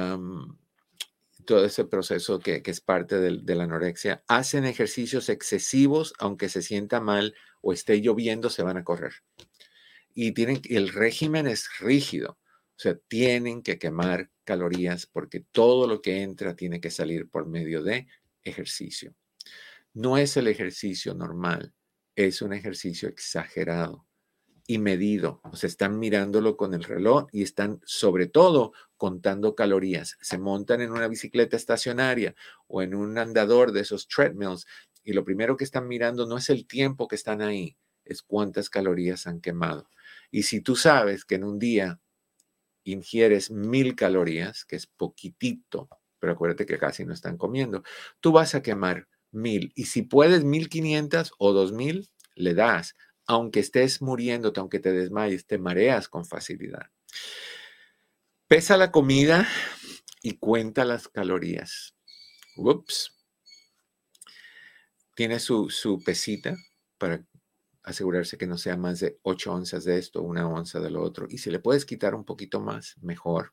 Todo ese proceso que es parte de la anorexia. Hacen ejercicios excesivos, aunque se sienta mal o esté lloviendo, se van a correr. Y el régimen es rígido. O sea, tienen que quemar calorías porque todo lo que entra tiene que salir por medio de ejercicio. No es el ejercicio normal, es un ejercicio exagerado y medido. O sea, están mirándolo con el reloj y están sobre todo contando calorías. Se montan en una bicicleta estacionaria o en un andador de esos treadmills y lo primero que están mirando no es el tiempo que están ahí, es cuántas calorías han quemado. Y si tú sabes que en un día ingieres 1000 calorías, que es poquitito, pero acuérdate que casi no están comiendo, tú vas a quemar 1000. Y si puedes 1500 o 2000, le das. Aunque estés muriéndote, aunque te desmayes, te mareas con facilidad. Pesa la comida y cuenta las calorías. Ups. Tiene su pesita para asegurarse que no sea más de 8 onzas de esto, 1 onza de lo otro. Y si le puedes quitar un poquito más, mejor.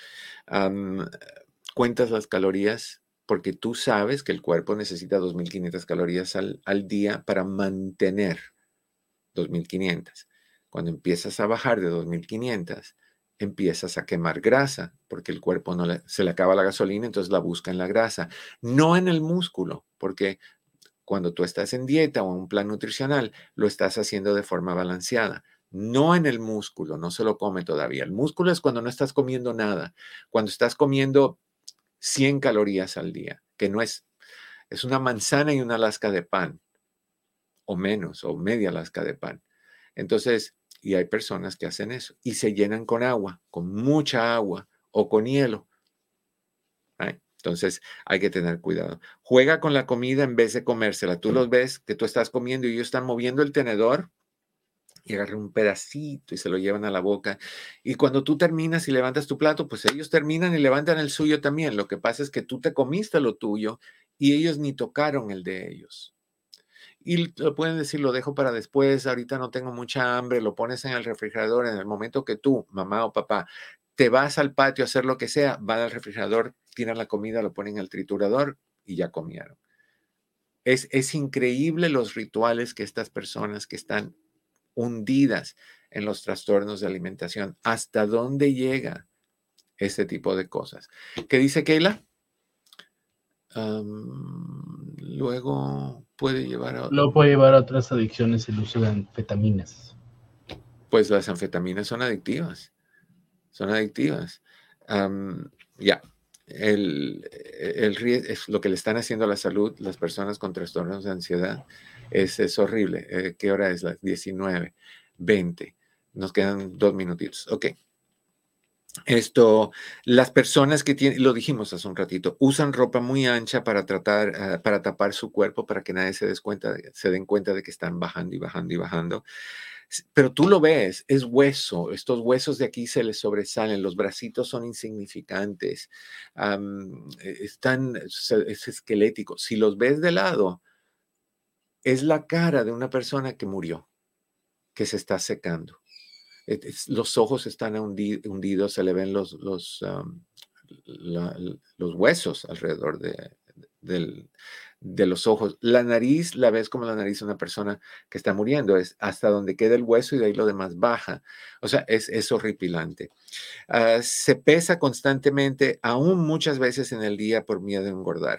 Cuentas las calorías porque tú sabes que el cuerpo necesita 2500 calorías al día para mantener 2500. Cuando empiezas a bajar de 2500, empiezas a quemar grasa porque el cuerpo se le acaba la gasolina, entonces la busca en la grasa, no en el músculo, porque cuando tú estás en dieta o en un plan nutricional, lo estás haciendo de forma balanceada. No en el músculo, no se lo come todavía. El músculo es cuando no estás comiendo nada, cuando estás comiendo 100 calorías al día, que no es una manzana y una lasca de pan, o menos, o media lasca de pan. Entonces, y hay personas que hacen eso y se llenan con agua, con mucha agua o con hielo. ¿Right? Entonces, hay que tener cuidado. Juega con la comida en vez de comérsela. Tú los ves que tú estás comiendo y ellos están moviendo el tenedor y agarran un pedacito y se lo llevan a la boca. Y cuando tú terminas y levantas tu plato, pues ellos terminan y levantan el suyo también. Lo que pasa es que tú te comiste lo tuyo y ellos ni tocaron el de ellos. Y lo pueden decir, lo dejo para después, ahorita no tengo mucha hambre, lo pones en el refrigerador. En el momento que tú, mamá o papá, te vas al patio a hacer lo que sea, van al refrigerador, tiran la comida, lo ponen al triturador y ya comieron. Es increíble los rituales que estas personas que están hundidas en los trastornos de alimentación, hasta dónde llega este tipo de cosas. ¿Qué dice Keila? Luego puede llevar a otras adicciones el uso de anfetaminas. Pues las anfetaminas son adictivas. Son adictivas. Ya. Es lo que le están haciendo a la salud las personas con trastornos de ansiedad es horrible. ¿Qué hora es? Las 19:20. Nos quedan 2 minutitos. Ok. Las personas que tienen, lo dijimos hace un ratito, usan ropa muy ancha para para tapar su cuerpo, para que nadie se den cuenta de que están bajando y bajando y bajando. Pero tú lo ves, es hueso, estos huesos de aquí se les sobresalen, los bracitos son insignificantes, es esquelético. Si los ves de lado, es la cara de una persona que murió, que se está secando. Los ojos están hundidos, se le ven los huesos alrededor de los ojos. La nariz la ves como la nariz de una persona que está muriendo, es hasta donde queda el hueso y de ahí lo demás baja. O sea, es horripilante. Se pesa constantemente, aún muchas veces en el día por miedo a engordar.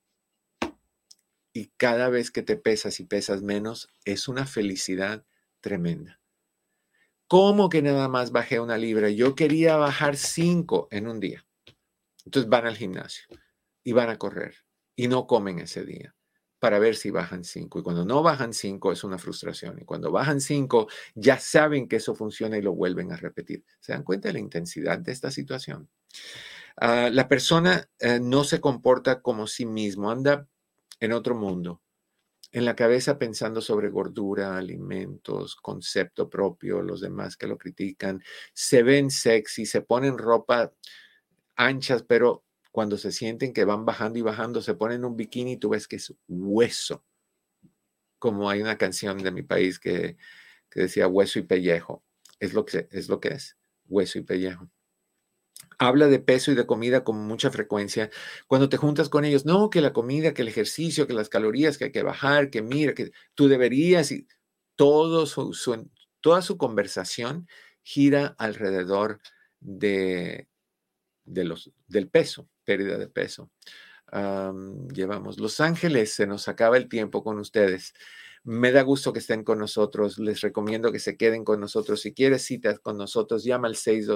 Y cada vez que te pesas y pesas menos, es una felicidad tremenda. ¿Cómo que nada más bajé 1 libra? Yo quería bajar 5 en un día. Entonces van al gimnasio y van a correr y no comen ese día. para ver si bajan 5. Y cuando no bajan 5 es una frustración. Y cuando bajan 5 ya saben que eso funciona y lo vuelven a repetir. ¿Se dan cuenta de la intensidad de esta situación? La persona no se comporta como sí mismo, anda en otro mundo, en la cabeza pensando sobre gordura, alimentos, concepto propio, los demás que lo critican, se ven sexy, se ponen ropa anchas, pero cuando se sienten que van bajando y bajando, se ponen un bikini y tú ves que es hueso. Como hay una canción de mi país que decía hueso y pellejo. Es lo que es, hueso y pellejo. Habla de peso y de comida con mucha frecuencia. Cuando te juntas con ellos, no, que la comida, que el ejercicio, que las calorías, que hay que bajar, que mira, que tú deberías. Y toda su conversación gira alrededor del peso, pérdida de peso. Llevamos Los Ángeles, se nos acaba el tiempo con ustedes. Me da gusto que estén con nosotros. Les recomiendo que se queden con nosotros. Si quieres citas con nosotros, llama al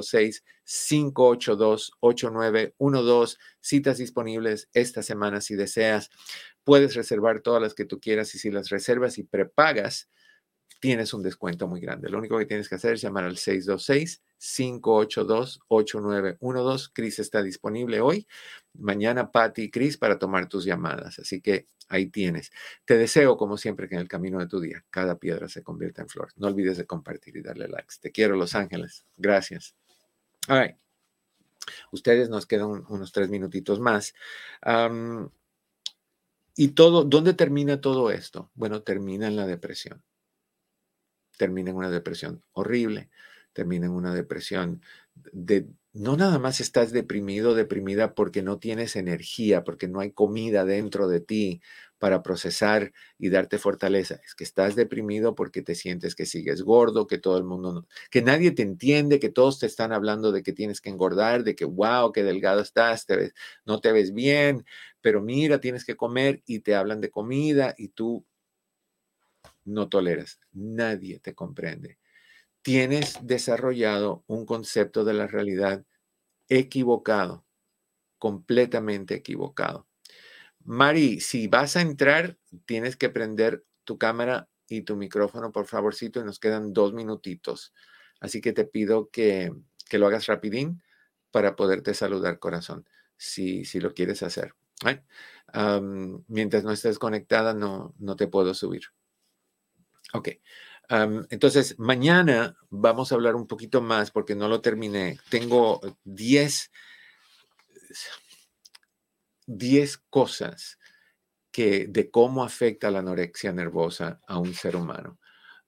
626-582-8912. Citas disponibles esta semana si deseas. Puedes reservar todas las que tú quieras y si las reservas y prepagas, tienes un descuento muy grande. Lo único que tienes que hacer es llamar al 626-582-8912. Chris está disponible hoy. Mañana Patty y Chris para tomar tus llamadas. Así que ahí tienes. Te deseo, como siempre, que en el camino de tu día cada piedra se convierta en flor. No olvides de compartir y darle likes. Te quiero, Los Ángeles. Gracias. All right. Ustedes nos quedan unos 3 minutitos más. ¿Dónde termina todo esto? Bueno, termina en la depresión. Termina en una depresión horrible, termina en una depresión no nada más estás deprimido, deprimida porque no tienes energía, porque no hay comida dentro de ti para procesar y darte fortaleza. Es que estás deprimido porque te sientes que sigues gordo, que todo el mundo, que nadie te entiende, que todos te están hablando de que tienes que engordar, de que wow, qué delgado estás, no te ves bien, pero mira, tienes que comer y te hablan de comida y tú no toleras, nadie te comprende. Tienes desarrollado un concepto de la realidad equivocado, completamente equivocado. Mari, si vas a entrar, tienes que prender tu cámara y tu micrófono, por favorcito, y nos quedan 2 minutitos. Así que te pido que lo hagas rapidín para poderte saludar, corazón, si lo quieres hacer. Mientras no estés conectada, no te puedo subir. Ok, entonces mañana vamos a hablar un poquito más porque no lo terminé. Tengo 10 cosas de cómo afecta la anorexia nervosa a un ser humano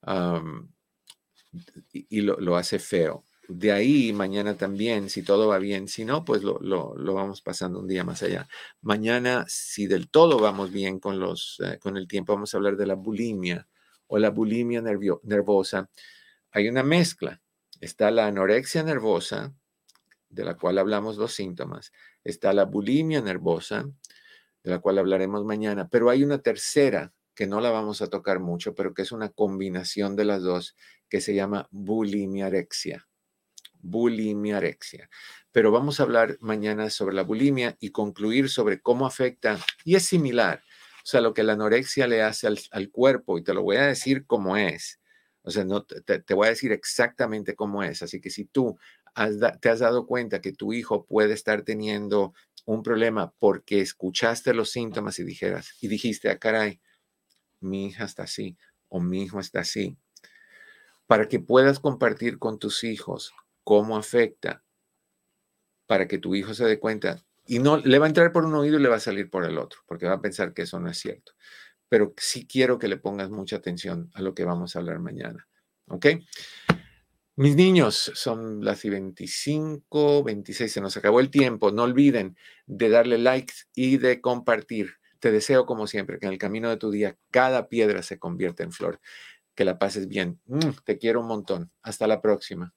y lo hace feo. De ahí mañana también, si todo va bien, si no, pues lo vamos pasando un día más allá. Mañana, si del todo vamos bien con el tiempo, vamos a hablar de la bulimia o la bulimia nervosa. Hay una mezcla. Está la anorexia nervosa, de la cual hablamos los síntomas. Está la bulimia nervosa, de la cual hablaremos mañana. Pero hay una tercera que no la vamos a tocar mucho, pero que es una combinación de las dos, que se llama bulimiarexia. Bulimiarexia. Pero vamos a hablar mañana sobre la bulimia y concluir sobre cómo afecta, y es similar. O sea, lo que la anorexia le hace al cuerpo, y te lo voy a decir cómo es. O sea, no, te voy a decir exactamente cómo es. Así que si tú te has dado cuenta que tu hijo puede estar teniendo un problema porque escuchaste los síntomas y dijiste, ah, caray, mi hija está así o mi hijo está así, para que puedas compartir con tus hijos cómo afecta, para que tu hijo se dé cuenta. Y no le va a entrar por un oído y le va a salir por el otro, porque va a pensar que eso no es cierto. Pero sí quiero que le pongas mucha atención a lo que vamos a hablar mañana. ¿Ok? Mis niños, son las 25, 26, se nos acabó el tiempo. No olviden de darle likes y de compartir. Te deseo, como siempre, que en el camino de tu día cada piedra se convierta en flor. Que la pases bien. Te quiero un montón. Hasta la próxima.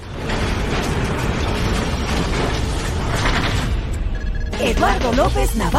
Eduardo López Navarro.